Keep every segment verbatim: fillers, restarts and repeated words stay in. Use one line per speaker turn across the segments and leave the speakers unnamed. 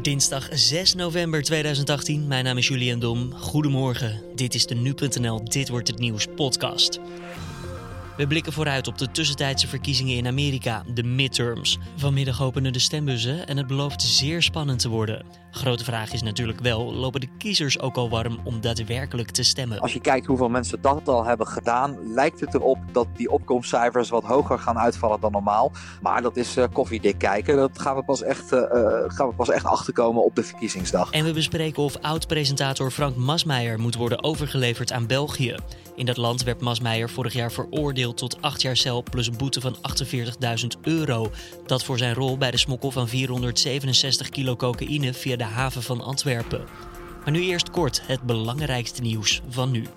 Dinsdag zes november tweeduizend achttien. Mijn naam is Julian Dom. Goedemorgen. Dit is de nu punt n l Dit wordt het nieuws podcast. We blikken vooruit op de tussentijdse verkiezingen in Amerika, de midterms. Vanmiddag openen de stembussen en het belooft zeer spannend te worden. Grote vraag is natuurlijk wel, lopen de kiezers ook al warm om daadwerkelijk te stemmen?
Als je kijkt hoeveel mensen dat al hebben gedaan, lijkt het erop dat die opkomstcijfers wat hoger gaan uitvallen dan normaal. Maar dat is uh, koffiedik kijken. Dat gaan we pas echt, uh, gaan we pas echt achterkomen op de verkiezingsdag.
En we bespreken of oud-presentator Frank Masmeijer moet worden overgeleverd aan België. In dat land werd Masmeijer vorig jaar veroordeeld tot acht jaar cel plus een boete van achtenveertigduizend euro. Dat voor zijn rol bij de smokkel van vierhonderdzevenenzestig kilo cocaïne via de haven van Antwerpen. Maar nu eerst kort het belangrijkste nieuws van nu.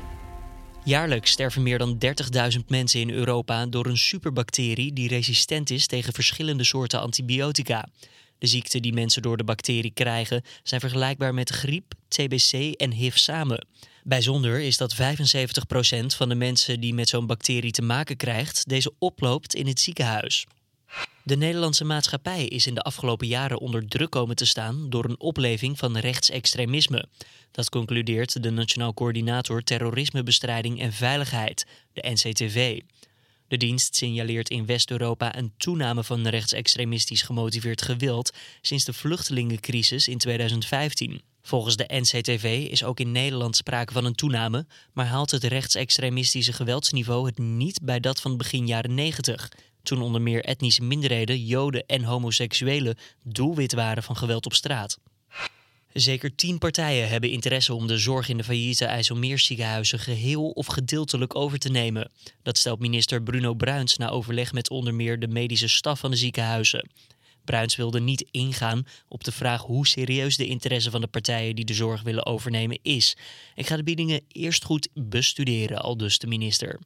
Jaarlijks sterven meer dan dertigduizend mensen in Europa door een superbacterie die resistent is tegen verschillende soorten antibiotica. De ziekten die mensen door de bacterie krijgen zijn vergelijkbaar met griep, T B C en H I V samen. Bijzonder is dat vijfenzeventig procent van de mensen die met zo'n bacterie te maken krijgt, deze oploopt in het ziekenhuis. De Nederlandse maatschappij is in de afgelopen jaren onder druk komen te staan door een opleving van rechtsextremisme. Dat concludeert de Nationaal Coördinator Terrorismebestrijding en Veiligheid, de N C T V. De dienst signaleert in West-Europa een toename van rechtsextremistisch gemotiveerd geweld sinds de vluchtelingencrisis in tweeduizend vijftien. Volgens de N C T V is ook in Nederland sprake van een toename, maar haalt het rechtsextremistische geweldsniveau het niet bij dat van begin jaren negentig, toen onder meer etnische minderheden, Joden en homoseksuelen doelwit waren van geweld op straat. Zeker tien partijen hebben interesse om de zorg in de failliete IJsselmeerziekenhuizen geheel of gedeeltelijk over te nemen. Dat stelt minister Bruno Bruins na overleg met onder meer de medische staf van de ziekenhuizen. Bruins wilde niet ingaan op de vraag hoe serieus de interesse van de partijen die de zorg willen overnemen is. Ik ga de biedingen eerst goed bestuderen, aldus de minister.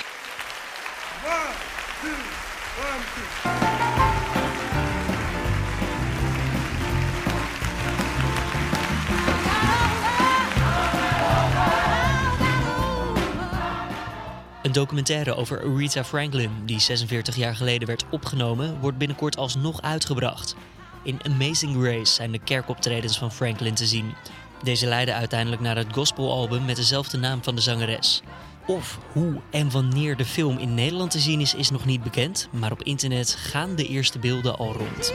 One, two, one, two. Een documentaire over Aretha Franklin, die zesenveertig jaar geleden werd opgenomen, wordt binnenkort alsnog uitgebracht. In Amazing Grace zijn de kerkoptredens van Franklin te zien. Deze leiden uiteindelijk naar het gospelalbum met dezelfde naam van de zangeres. Of hoe en wanneer de film in Nederland te zien is, is nog niet bekend, maar op internet gaan de eerste beelden al rond.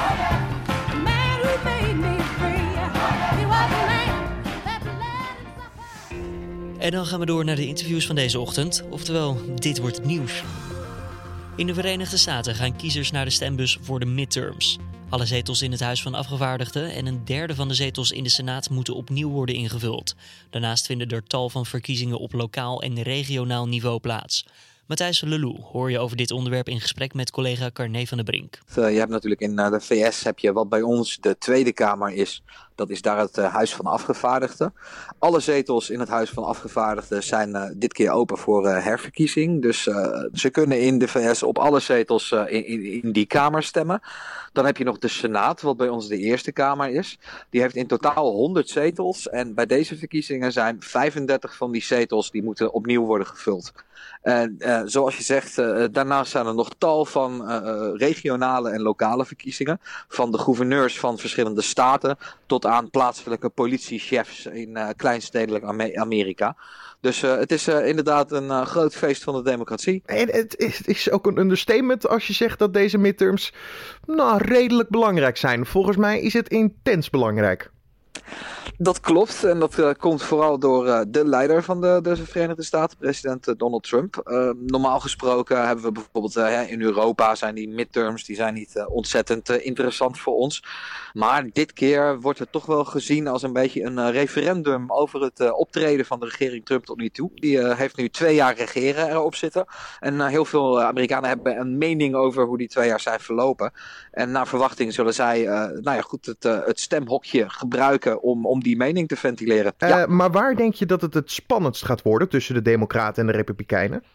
En dan gaan we door naar de interviews van deze ochtend, oftewel, dit wordt het nieuws. In de Verenigde Staten gaan kiezers naar de stembus voor de midterms. Alle zetels in het Huis van Afgevaardigden en een derde van de zetels in de Senaat moeten opnieuw worden ingevuld. Daarnaast vinden er tal van verkiezingen op lokaal en regionaal niveau plaats. Matthijs Lelou hoor je over dit onderwerp in gesprek met collega Carné van der Brink.
Je hebt natuurlijk in de V S heb je wat bij ons de Tweede Kamer is. Dat is daar het Huis van Afgevaardigden. Alle zetels in het Huis van Afgevaardigden zijn uh, dit keer open voor uh, herverkiezing. Dus uh, ze kunnen in de V S op alle zetels uh, in, in, in die Kamer stemmen. Dan heb je nog de Senaat, wat bij ons de Eerste Kamer is. Die heeft in totaal honderd zetels. En bij deze verkiezingen zijn vijfendertig van die zetels die moeten opnieuw worden gevuld. En uh, zoals je zegt, uh, daarnaast zijn er nog tal van uh, regionale en lokale verkiezingen. Van de gouverneurs van verschillende staten tot aan plaatselijke politiechefs in uh, kleinstedelijk Amerika. Dus uh, het is uh, inderdaad een uh, groot feest van de democratie.
En het is, het is ook een understatement als je zegt dat deze midterms nou, redelijk belangrijk zijn. Volgens mij is het intens belangrijk.
Dat klopt en dat uh, komt vooral door uh, de leider van de, de Verenigde Staten, president uh, Donald Trump. Uh, normaal gesproken hebben we bijvoorbeeld uh, in Europa zijn die midterms, die zijn niet uh, ontzettend uh, interessant voor ons. Maar dit keer wordt het toch wel gezien als een beetje een uh, referendum over het uh, optreden van de regering Trump tot nu toe. Die uh, heeft nu twee jaar regeren erop zitten. En uh, heel veel uh, Amerikanen hebben een mening over hoe die twee jaar zijn verlopen. En naar verwachting zullen zij uh, nou ja, goed, het, uh, het stemhokje gebruiken om, om die mening te ventileren.
Uh,
ja.
Maar waar denk je dat het het spannendst gaat worden tussen de Democraten en de Republikeinen?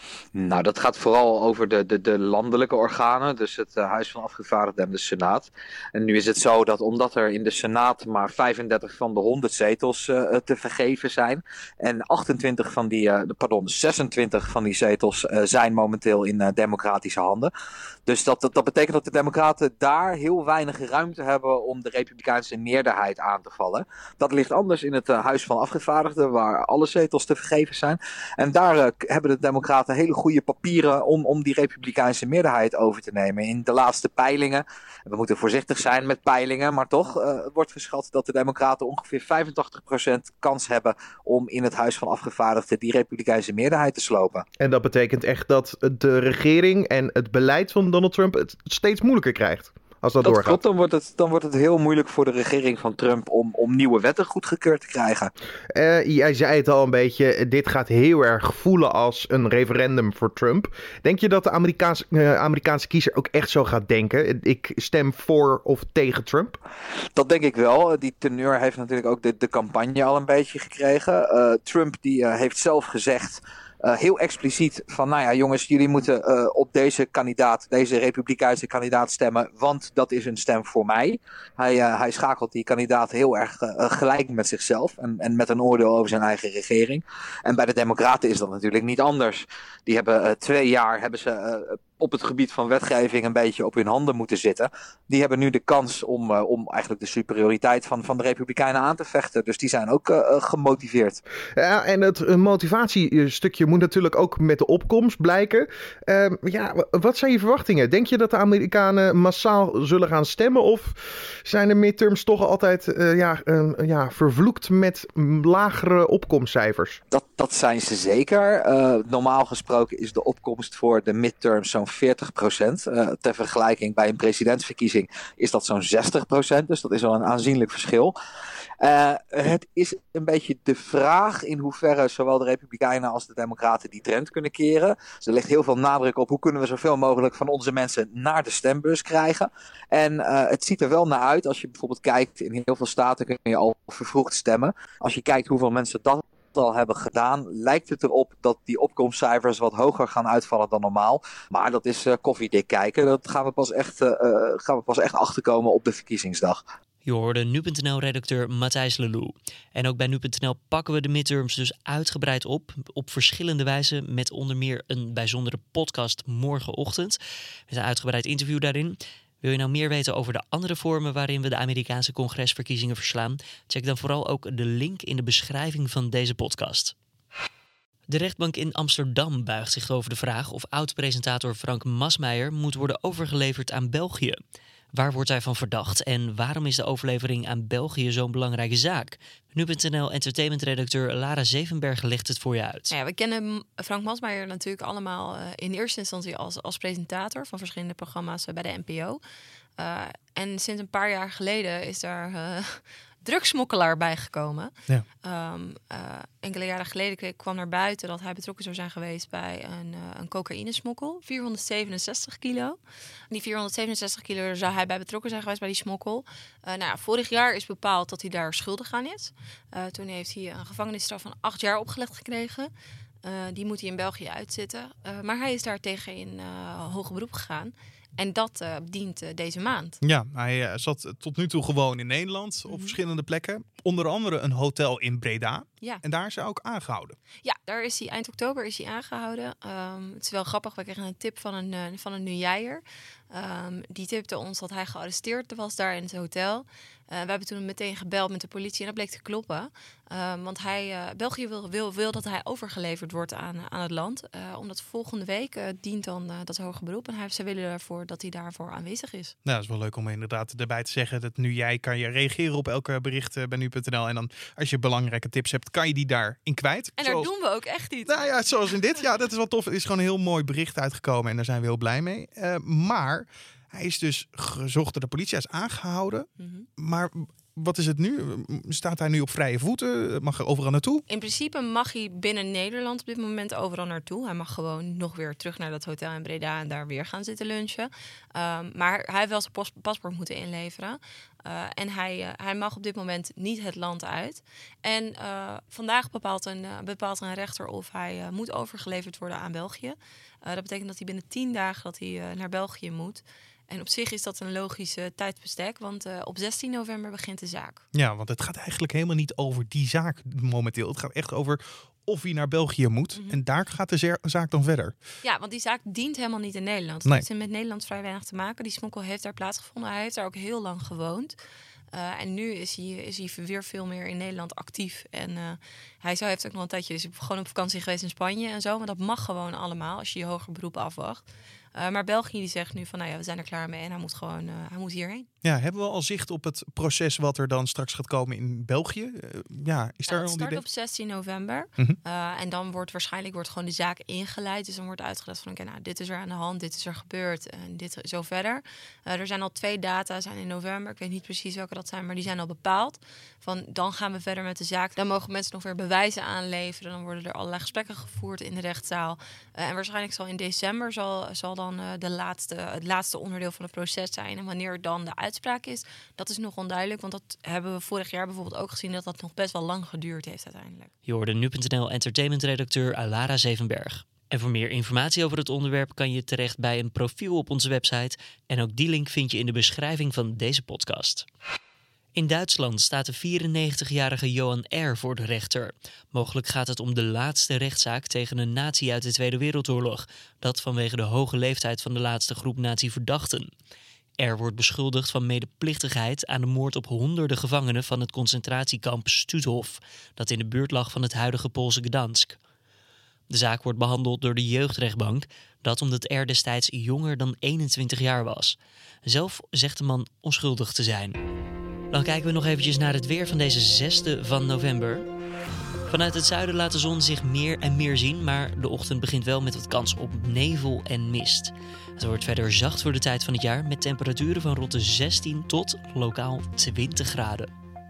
Nou, dat gaat vooral over de, de, de landelijke organen, dus het uh, Huis van Afgevaardigden en de Senaat. En nu is het zo dat omdat er in de Senaat maar vijfendertig van de honderd zetels uh, te vergeven zijn en achtentwintig van die, uh, pardon, zesentwintig van die zetels uh, zijn momenteel in uh, democratische handen. Dus dat, dat, dat betekent dat de democraten daar heel weinig ruimte hebben om de republikeinse meerderheid aan te vallen. Dat ligt anders in het uh, Huis van Afgevaardigden, waar alle zetels te vergeven zijn. En daar uh, hebben de democraten hele goede papieren om, om die republikeinse meerderheid over te nemen. In de laatste peilingen, we moeten voorzichtig zijn met peilingen, maar toch uh, wordt geschat dat de democraten ongeveer vijfentachtig procent kans hebben om in het Huis van Afgevaardigden die republikeinse meerderheid te slopen.
En dat betekent echt dat de regering en het beleid van Donald Trump het steeds moeilijker krijgt. Als dat,
dat
doorgaat.
Klopt, dan wordt, het, dan wordt het heel moeilijk voor de regering van Trump om, om nieuwe wetten goedgekeurd te krijgen.
Uh, jij zei het al een beetje, dit gaat heel erg voelen als een referendum voor Trump. Denk je dat de Amerikaanse, uh, Amerikaanse kiezer ook echt zo gaat denken? Ik stem voor of tegen Trump?
Dat denk ik wel. Die teneur heeft natuurlijk ook de, de campagne al een beetje gekregen. Uh, Trump die uh, heeft zelf gezegd... Uh, heel expliciet van, nou ja jongens, jullie moeten uh, op deze kandidaat, deze republikeinse kandidaat stemmen, want dat is een stem voor mij. Hij, uh, hij schakelt die kandidaat heel erg uh, gelijk met zichzelf en, en met een oordeel over zijn eigen regering. En bij de democraten is dat natuurlijk niet anders. Die hebben uh, twee jaar, hebben ze uh, op het gebied van wetgeving een beetje op hun handen moeten zitten. Die hebben nu de kans om, uh, om eigenlijk de superioriteit van, van de republikeinen aan te vechten. Dus die zijn ook uh, gemotiveerd.
Ja, en het uh, motivatiestukje moet natuurlijk ook met de opkomst blijken. Uh, ja, wat zijn je verwachtingen? Denk je dat de Amerikanen massaal zullen gaan stemmen? Of zijn de midterms toch altijd uh, ja, uh, ja, vervloekt met lagere opkomstcijfers?
Dat, dat zijn ze zeker. Uh, normaal gesproken is de opkomst voor de midterms zo'n veertig procent. Uh, ter vergelijking bij een presidentsverkiezing is dat zo'n zestig procent. Dus dat is wel een aanzienlijk verschil. Uh, het is een beetje de vraag in hoeverre zowel de Republikeinen als de Democraten die trend kunnen keren. Dus er ligt heel veel nadruk op hoe kunnen we zoveel mogelijk van onze mensen naar de stembus krijgen. En uh, het ziet er wel naar uit, als je bijvoorbeeld kijkt, in heel veel staten kun je al vervroegd stemmen. Als je kijkt hoeveel mensen dat al hebben gedaan, lijkt het erop dat die opkomstcijfers wat hoger gaan uitvallen dan normaal. Maar dat is uh, koffiedik kijken. Dat gaan we pas echt, uh, gaan we pas echt achterkomen op de verkiezingsdag.
Je hoorde nu punt n l-redacteur Matthijs Lelou. En ook bij nu punt n l pakken we de midterms dus uitgebreid op. Op verschillende wijzen, met onder meer een bijzondere podcast morgenochtend. Met een uitgebreid interview daarin. Wil je nou meer weten over de andere vormen waarin we de Amerikaanse congresverkiezingen verslaan? Check dan vooral ook de link in de beschrijving van deze podcast. De rechtbank in Amsterdam buigt zich over de vraag of oud-presentator Frank Masmeijer moet worden overgeleverd aan België. Waar wordt hij van verdacht en waarom is de overlevering aan België zo'n belangrijke zaak? nu punt n l entertainmentredacteur Lara Zevenberg legt het voor je uit.
Ja, we kennen Frank Masmeijer natuurlijk allemaal uh, in eerste instantie als, als presentator van verschillende programma's uh, bij de N P O. Uh, en sinds een paar jaar geleden is daar uh, drugsmokkelaar bijgekomen. Ja. Um, uh, enkele jaren geleden kwam naar buiten dat hij betrokken zou zijn geweest bij een, uh, een cocaïnesmokkel. vierhonderdzevenenzestig kilo. Die vierhonderdzevenenzestig kilo zou hij bij betrokken zijn geweest bij die smokkel. Uh, nou ja, vorig jaar is bepaald dat hij daar schuldig aan is. Uh, toen heeft hij een gevangenisstraf van acht jaar opgelegd gekregen. Uh, die moet hij in België uitzitten. Uh, maar hij is daar tegen in uh, hoger beroep gegaan. En dat uh, dient uh, deze maand.
Ja, hij uh, zat tot nu toe gewoon in Nederland op mm-hmm. verschillende plekken. Onder andere een hotel in Breda. Ja. En daar is hij ook aangehouden.
Ja, daar is hij eind oktober is hij aangehouden. Um, het is wel grappig, we kregen een tip van een, uh, van een Nujijer. Um, die tipte ons dat hij gearresteerd was daar in het hotel. Uh, we hebben toen meteen gebeld met de politie en dat bleek te kloppen. Um, want hij, uh, België wil, wil, wil dat hij overgeleverd wordt aan, aan het land. Uh, omdat volgende week uh, dient dan uh, dat hoge beroep. En hij, ze willen ervoor dat hij daarvoor aanwezig is.
Nou, dat is wel leuk om inderdaad erbij te zeggen. Dat nu jij kan je reageren op elke bericht uh, bij nu punt n l. En dan als je belangrijke tips hebt, kan je die daarin kwijt.
En daar zoals... doen we ook echt iets.
Nou ja, zoals in dit. Ja, dat is wel tof. Er is gewoon een heel mooi bericht uitgekomen en daar zijn we heel blij mee. Uh, maar hij is dus gezocht door de politie. Hij is aangehouden. Mm-hmm. Maar wat is het nu? Staat hij nu op vrije voeten? Mag er overal naartoe?
In principe mag hij binnen Nederland op dit moment overal naartoe. Hij mag gewoon nog weer terug naar dat hotel in Breda en daar weer gaan zitten lunchen. Um, maar hij heeft wel zijn pos- paspoort moeten inleveren. Uh, en hij, uh, hij mag op dit moment niet het land uit. En uh, vandaag bepaalt een, uh, bepaalt een rechter of hij uh, moet overgeleverd worden aan België. Uh, dat betekent dat hij binnen tien dagen dat hij, uh, naar België moet. En op zich is dat een logische tijdsbestek, want uh, op zestien november begint de zaak.
Ja, want het gaat eigenlijk helemaal niet over die zaak momenteel. Het gaat echt over of hij naar België moet. Mm-hmm. En daar gaat de zer- zaak dan verder.
Ja, want die zaak dient helemaal niet in Nederland.
Nee.
Het heeft met Nederland vrij weinig te maken. Die smokkel heeft daar plaatsgevonden. Hij heeft daar ook heel lang gewoond. Uh, en nu is hij, is hij weer veel meer in Nederland actief. En uh, hij zou, heeft ook nog een tijdje is gewoon op vakantie geweest in Spanje en zo. Maar dat mag gewoon allemaal als je je hoger beroep afwacht. Uh, maar België die zegt nu van, nou ja, we zijn er klaar mee en hij moet gewoon, uh, hij moet hierheen.
Ja, hebben we al zicht op het proces wat er dan straks gaat komen in België? Uh, ja, is daar
uh,
al
het start
idee?
op zestien november.
Mm-hmm.
Uh, en dan wordt waarschijnlijk wordt gewoon de zaak ingeleid. Dus dan wordt uitgelegd van, oké, okay, nou, dit is er aan de hand, dit is er gebeurd en dit zo verder. Uh, er zijn al twee data, zijn in november. Ik weet niet precies welke dat zijn, maar die zijn al bepaald. Van, dan gaan we verder met de zaak. Dan mogen mensen nog weer bewijzen aanleveren. Dan worden er allerlei gesprekken gevoerd in de rechtszaal. Uh, en waarschijnlijk zal in december zal, zal dan uh, de laatste, het laatste onderdeel van het proces zijn. En wanneer dan de uitspraak is, dat is nog onduidelijk. Want dat hebben we vorig jaar bijvoorbeeld ook gezien, dat dat nog best wel lang geduurd heeft uiteindelijk.
Je hoorde nu punt n l entertainmentredacteur Alara Zevenberg. En voor meer informatie over het onderwerp kan je terecht bij een profiel op onze website. En ook die link vind je in de beschrijving van deze podcast. In Duitsland staat de vierennegentigjarige Johan R. voor de rechter. Mogelijk gaat het om de laatste rechtszaak tegen een nazi uit de Tweede Wereldoorlog. Dat vanwege de hoge leeftijd van de laatste groep nazi-verdachten. R. wordt beschuldigd van medeplichtigheid aan de moord op honderden gevangenen van het concentratiekamp Stutthof, dat in de buurt lag van het huidige Poolse Gdansk. De zaak wordt behandeld door de jeugdrechtbank, dat omdat R. destijds jonger dan eenentwintig jaar was. Zelf zegt de man onschuldig te zijn. Dan kijken we nog eventjes naar het weer van deze zesde van november. Vanuit het zuiden laat de zon zich meer en meer zien, maar de ochtend begint wel met wat kans op nevel en mist. Het wordt verder zacht voor de tijd van het jaar met temperaturen van rond de zestien tot lokaal twintig graden.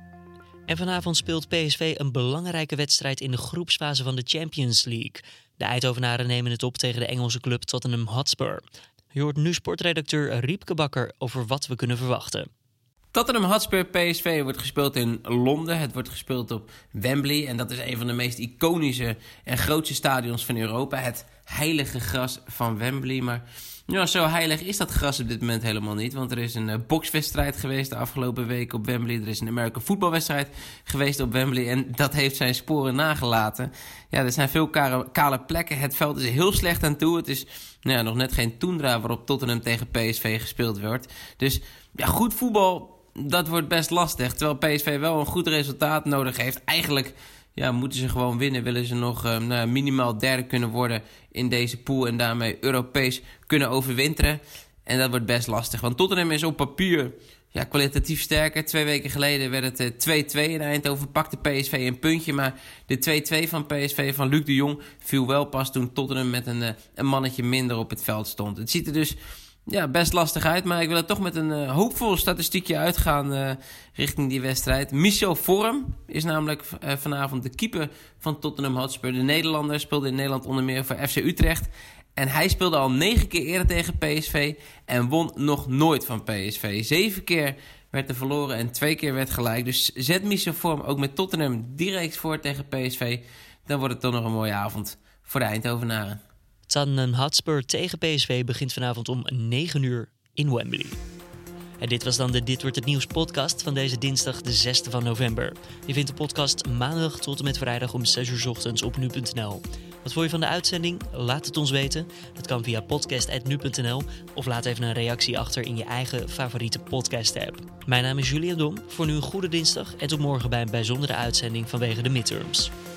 En vanavond speelt P S V een belangrijke wedstrijd in de groepsfase van de Champions League. De Eindhovenaren nemen het op tegen de Engelse club Tottenham Hotspur. Je hoort nu sportredacteur Riepke Bakker over wat we kunnen verwachten.
Tottenham Hotspur P S V wordt gespeeld in Londen. Het wordt gespeeld op Wembley. En dat is een van de meest iconische en grootste stadions van Europa. Het heilige gras van Wembley. Maar ja, zo heilig is dat gras op dit moment helemaal niet. Want er is een uh, bokswedstrijd geweest de afgelopen week op Wembley. Er is een American voetbalwedstrijd geweest op Wembley. En dat heeft zijn sporen nagelaten. Ja, er zijn veel kale, kale plekken. Het veld is heel slecht aan toe. Het is nou ja, nog net geen toendra waarop Tottenham tegen P S V gespeeld wordt. Dus ja, goed voetbal, dat wordt best lastig. Terwijl P S V wel een goed resultaat nodig heeft. Eigenlijk ja, moeten ze gewoon winnen. Willen ze nog uh, nou, minimaal derde kunnen worden in deze pool. En daarmee Europees kunnen overwinteren. En dat wordt best lastig. Want Tottenham is op papier ja, kwalitatief sterker. Twee weken geleden werd het uh, twee-twee in Eindhoven. Pakte P S V een puntje. Maar de twee-twee van P S V van Luc de Jong viel wel pas toen Tottenham met een, uh, een mannetje minder op het veld stond. Het ziet er dus ja, best lastig uit, maar ik wil er toch met een uh, hoopvol statistiekje uitgaan uh, richting die wedstrijd. Michel Vorm is namelijk uh, vanavond de keeper van Tottenham Hotspur. De Nederlander speelde in Nederland onder meer voor F C Utrecht. En hij speelde al negen keer eerder tegen P S V en won nog nooit van P S V. Zeven keer werd er verloren en twee keer werd gelijk. Dus zet Michel Vorm ook met Tottenham direct voor tegen P S V. Dan wordt het toch nog een mooie avond voor de Eindhovenaren.
Tottenham Hotspur tegen P S V begint vanavond om negen uur in Wembley. En dit was dan de Dit Wordt Het Nieuws podcast van deze dinsdag de zesde van november. Je vindt de podcast maandag tot en met vrijdag om zes uur 's ochtends op nu punt n l. Wat vond je van de uitzending? Laat het ons weten. Dat kan via podcast apenstaartje nu punt n l of laat even een reactie achter in je eigen favoriete podcast app. Mijn naam is Julian Dom. Voor nu een goede dinsdag en tot morgen bij een bijzondere uitzending vanwege de midterms.